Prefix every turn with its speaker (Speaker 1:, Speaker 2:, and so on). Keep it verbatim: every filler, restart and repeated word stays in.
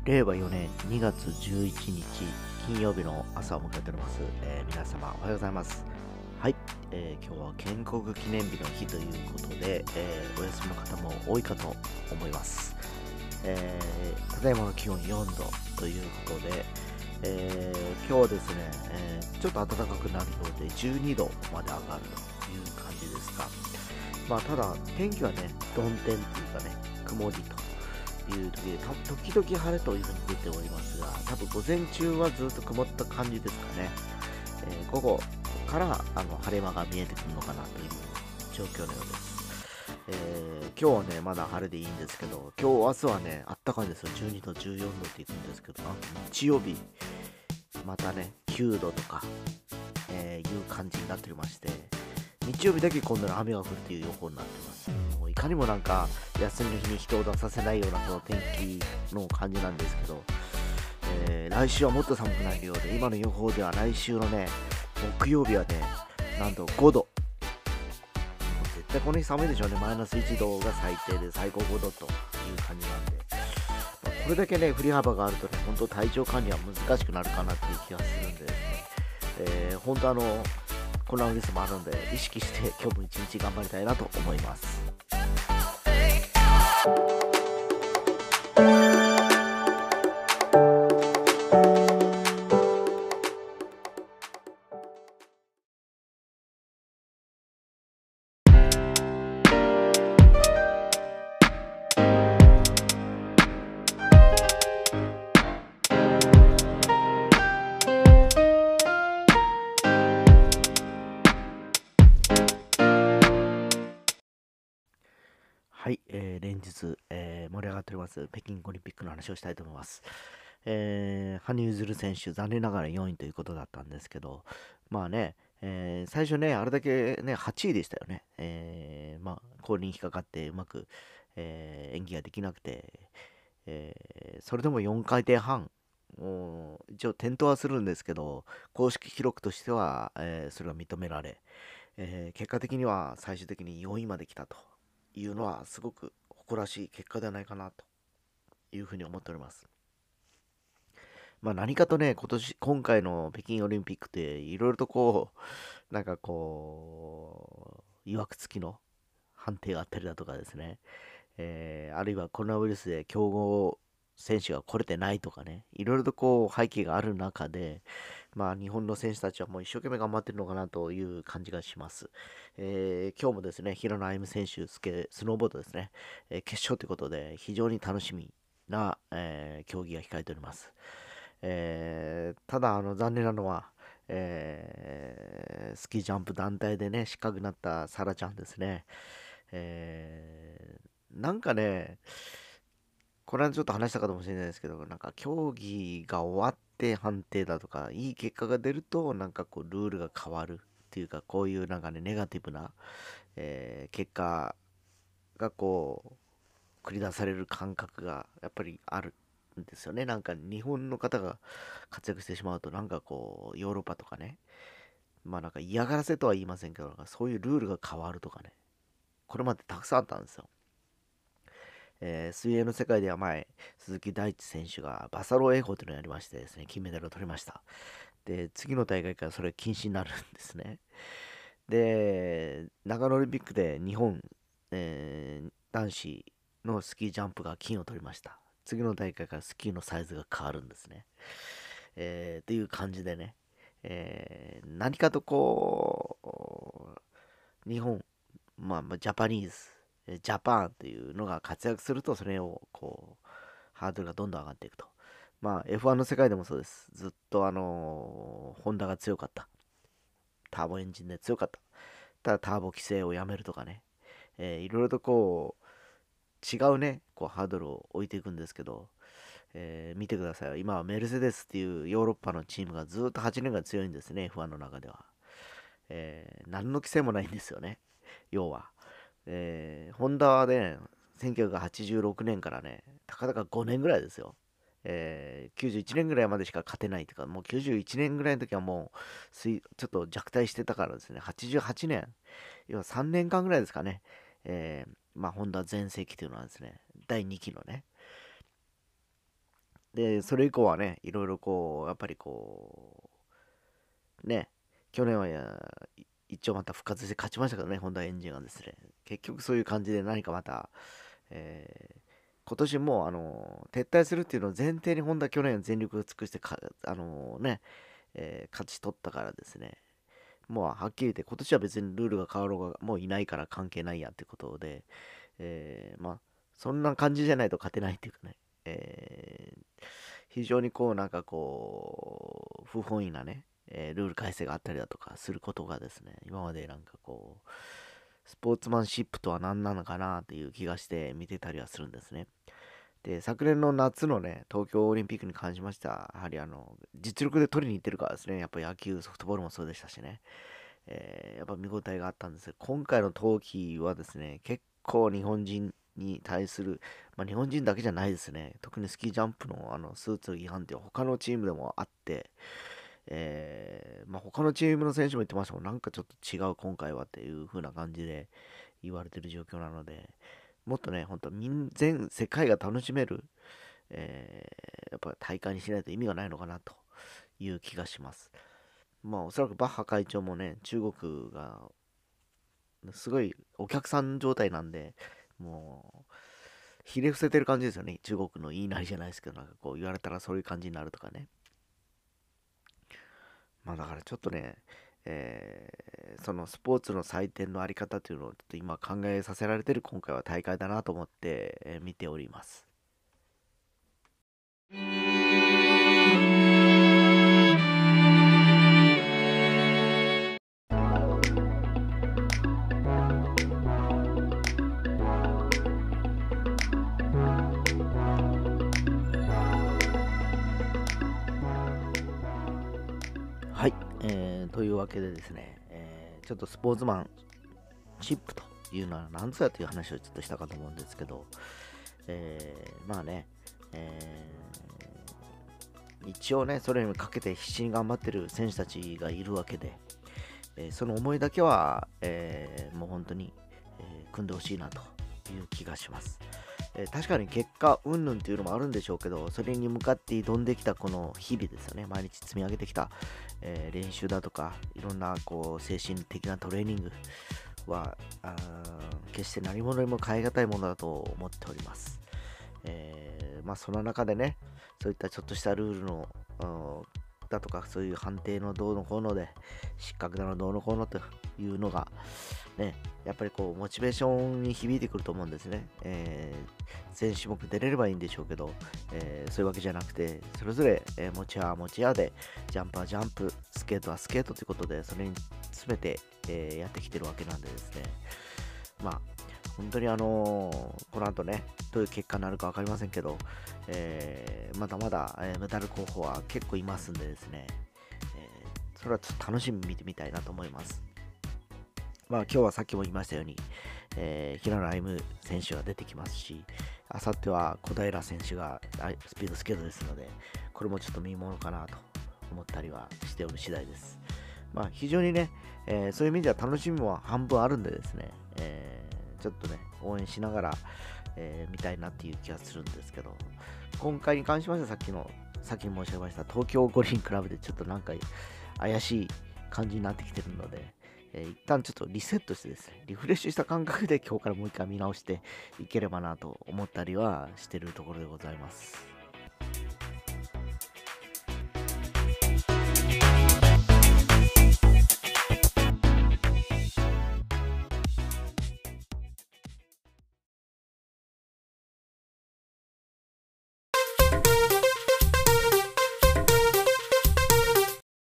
Speaker 1: れいわよねんにがつじゅういちにち金曜日の朝を迎えております、えー皆様おはようございます。はい、えー今日は建国記念日の日ということで、えーお休みの方も多いかと思います。えーただいまの気温よんどということで、えー今日はですね、えーちょっと暖かくなるようでじゅうにどまで上がるという感じですが、まあただ天気はね、曇天というかね、曇りという時で、た時々晴れというふうに出ておりますが、多分午前中はずっと曇った感じですかね。えー午後からあの晴れ間が見えてくるのかなという状況のようです。えー今日はね、まだ晴れでいいんですけど、今日、明日はね、あったかいんですよ。じゅうにど、じゅうよんどっていくんですけど、なんと日曜日、またね、きゅうどとか、えーいう感じになっておりまして、日曜日だけ今度は雨が降るっていう予報になってます。もういかにもなんか休みの日に人を出させないようなその天気の感じなんですけど、えー来週はもっと寒くなるようで、今の予報では来週のね、木曜日はね、なんとごど。もう絶対この日寒いでしょうね。マイナスいちどが最低で最高ごどという感じなんで。まあこれだけね、振り幅があるとね、本当体調管理は難しくなるかなっていう気がするんでですね、えー、本当あの、コロナウイルスもあるので、意識して今日も一日頑張りたいなと思います。はい、えー連日、えー盛り上がっております北京オリンピックの話をしたいと思います。えー羽生結弦選手、残念ながらよんいということだったんですけど、まあね、えー最初ね、あれだけね、はちいでしたよね。えーまあ、氷に引っかかってうまく、えー演技ができなくて、えーそれでもよんかいてん半、もう一応転倒はするんですけど、公式記録としては、えーそれが認められ、えー結果的には最終的によんいまで来たというのはすごく誇らしい結果ではないかなというふうに思っております。まあ何かとね、今年、今回の北京オリンピックっていろいろとこう、なんかこう、いわくつきの判定があったりだとかですね、えーあるいはコロナウイルスで強豪選手が来れてないとかね、いろいろとこう背景がある中で、まあ日本の選手たちはもう一生懸命頑張ってるのかなという感じがします。えー今日もですね、平野歩夢選手、スケ、スノーボードですね、えー決勝ということで非常に楽しみな、えー競技が控えております。えーただあの残念なのは、えースキージャンプ団体でね、失格になったサラちゃんですね。えーなんかね、これはちょっと話したかもしれないですけど、なんか競技が終わって判定だとか、いい結果が出ると、なんかこう、ルールが変わるっていうか、こういうなんかね、ネガティブな、えー結果がこう、繰り出される感覚がやっぱりあるんですよね。なんか日本の方が活躍してしまうと、なんかこう、ヨーロッパとかね、まあなんか嫌がらせとは言いませんけど、なんかそういうルールが変わるとかね、これまでたくさんあったんですよ。えー水泳の世界では前、鈴木大地選手がバサロ泳法というのをやりましてですね、金メダルを取りました。で、次の大会からそれ禁止になるんですね。で、長野オリンピックで日本、えー男子のスキージャンプが金を取りました。次の大会からスキーのサイズが変わるんですね。えー、っていう感じでね、えー何かとこう、日本、まあ、まあジャパニーズ、えジャパンっていうのが活躍すると、それをこう、ハードルがどんどん上がっていくと。まあ、エフワン の世界でもそうです。ずっとあのーホンダが強かった。ターボエンジンで強かった。ただターボ規制をやめるとかね。えーいろいろとこう、違うね、こうハードルを置いていくんですけど、えー見てください。今はメルセデスっていうヨーロッパのチームがずっとはちねんが強いんですね、エフワン の中では。えー何の規制もないんですよね、要は。えーホンダはね、せんきゅうひゃくはちじゅうろくねんからね、たかだかごねんぐらいですよ。えーきゅうじゅういちねんぐらいまでしか勝てないというか、もうきゅうじゅういちねんぐらいの時はもうちょっと弱体してたからですね、はちじゅうはちねん、要はさんねんかんぐらいですかね、えーまあ、ホンダ全盛期というのはですね、だいにきのね、 で、それ以降はね、いろいろこう、やっぱりこう、ね、去年はや一応また復活して勝ちましたけどね、ホンダエンジンがですね。結局そういう感じで何かまた、えー今年もあの撤退するっていうのを前提にホンダ去年全力を尽くしてか、あのね、えー勝ち取ったからですね、もうはっきり言って今年は別にルールが変わろうがもういないから関係ないやってことで、えーまあそんな感じじゃないと勝てないっていうかね、えー非常にこうなんかこう不本意なね、えールール改正があったりだとかすることがですね、今までなんかこうスポーツマンシップとは何なのかなっていう気がして見てたりはするんですね。で、昨年の夏のね、東京オリンピックに関しましては、やはりあの、実力で取りに行ってるからですね、やっぱ野球、ソフトボールもそうでしたしね、えーやっぱ見応えがあったんですけど、今回の冬季はですね、結構日本人に対する、まあ、日本人だけじゃないですね、特にスキージャンプのあのスーツ違反って他のチームでもあって、えーまあ、他のチームの選手も言ってましたもん、なんかちょっと違う今回はっていう風な感じで言われてる状況なので、もっとね、本当民全世界が楽しめる、えーやっぱ大会にしないと意味がないのかなという気がします。まあおそらくバッハ会長もね、中国がすごいお客さん状態なんで、もう、ひれ伏せてる感じですよね。中国の言いなりじゃないですけど、なんかこう言われたらそういう感じになるとかね。まあだからちょっとね、えーそのスポーツの祭典のあり方というのをちょっと今考えさせられてる今回は大会だなと思って、えー見ております。はい、えーというわけでですね、えーちょっとスポーツマンシップというのは何ぞやという話をちょっとしたかと思うんですけど、えーまあね、えー一応ね、それにかけて必死に頑張ってる選手たちがいるわけで、えーその思いだけは、えーもう本当に、えー組んでほしいなという気がします。えー確かに結果云々っていうのもあるんでしょうけど、それに向かって挑んできたこの日々ですよね、毎日積み上げてきた、えー練習だとか、いろんなこう精神的なトレーニングはあー決して何者にも代え難いものだと思っております。えーまあその中でね、そういったちょっとしたルールのうんだとか、そういう判定のどうのこうので、失格だのどうのこうのというのが、ね、やっぱりこう、モチベーションに響いてくると思うんですね。えー全種目出れればいいんでしょうけど、えーそういうわけじゃなくて、それぞれ、えー持ち屋は持ち屋で、ジャンプはジャンプ、スケートはスケートということで、それに全て、えーやってきてるわけなんでですね、まあ、本当にあのーこの後ね、どういう結果になるか分かりませんけど、えーまだまだ、えーメダル候補は結構いますんでですね、えーそれはちょっと楽しみに見てみたいなと思います。まあ今日はさっきも言いましたように、えー平野歩夢選手が出てきますし、あさっては小平選手があスピードスケートですので、これもちょっと見ものかなと思ったりはしておる次第です。まあ非常にね、えーそういう意味では楽しみも半分あるんでですね、えーちょっとね、応援しながら、えー見たいなっていう気がするんですけど、今回に関しましてはさっきの、さっき申し上げました東京五輪クラブでちょっとなんか怪しい感じになってきてるので、えー一旦ちょっとリセットしてですね、リフレッシュした感覚で今日からもう一回見直していければなと思ったりはしてるところでございます。